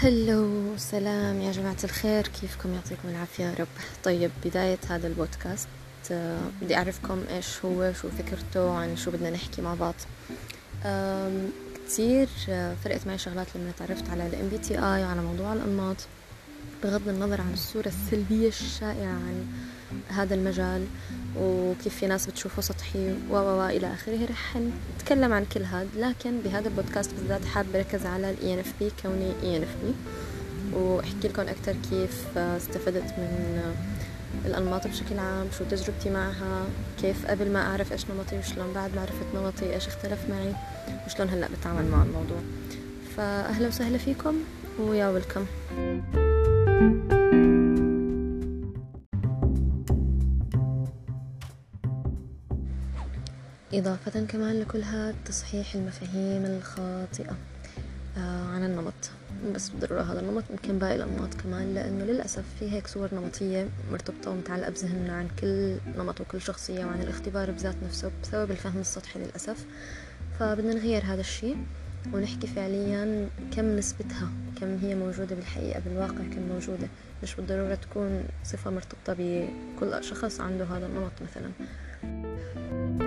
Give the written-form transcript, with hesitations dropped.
هلو، سلام يا جماعة الخير، كيفكم؟ يعطيكم العافية يا رب. طيب، بداية هذا البودكاست بدي أعرفكم إيش هو، شو فكرته، عن شو بدنا نحكي مع بعض. كتير فرقت معي شغلات لما تعرفت على ال MBTI وعلى موضوع الأنماط، بغض النظر عن الصورة السلبية الشائعة عن هذا المجال وكيف في ناس بتشوفه سطحي إلى آخره. رح نتكلم عن كل هذا، لكن بهذا البودكاست بالذات حاب بركز على ال ENFP كوني ENFP، واحكي لكم اكثر كيف استفدت من الانماط بشكل عام، شو تجربتي معها، كيف قبل ما اعرف ايش نمطي وشلون بعد معرفة نمطي ايش اختلف معي، وشلون هلا بتعامل مع الموضوع. فاهلا وسهلا فيكم ويا ويلكم. إضافة كمان لكل هذا تصحيح المفاهيم الخاطئة عن النمط، بس بالضرورة هذا النمط ممكن باقي الأنماط كمان، لأنه للأسف في هيك صور نمطية مرتبطة ومتعلقة بذهننا عن كل نمط وكل شخصية وعن الاختبار بذات نفسه بسبب الفهم السطحي للأسف. فبدنا نغير هذا الشيء ونحكي فعليا كم نسبتها، كم هي موجودة بالحقيقة بالواقع، كم موجودة، مش بالضرورة تكون صفة مرتبطة بكل شخص عنده هذا النمط مثلا.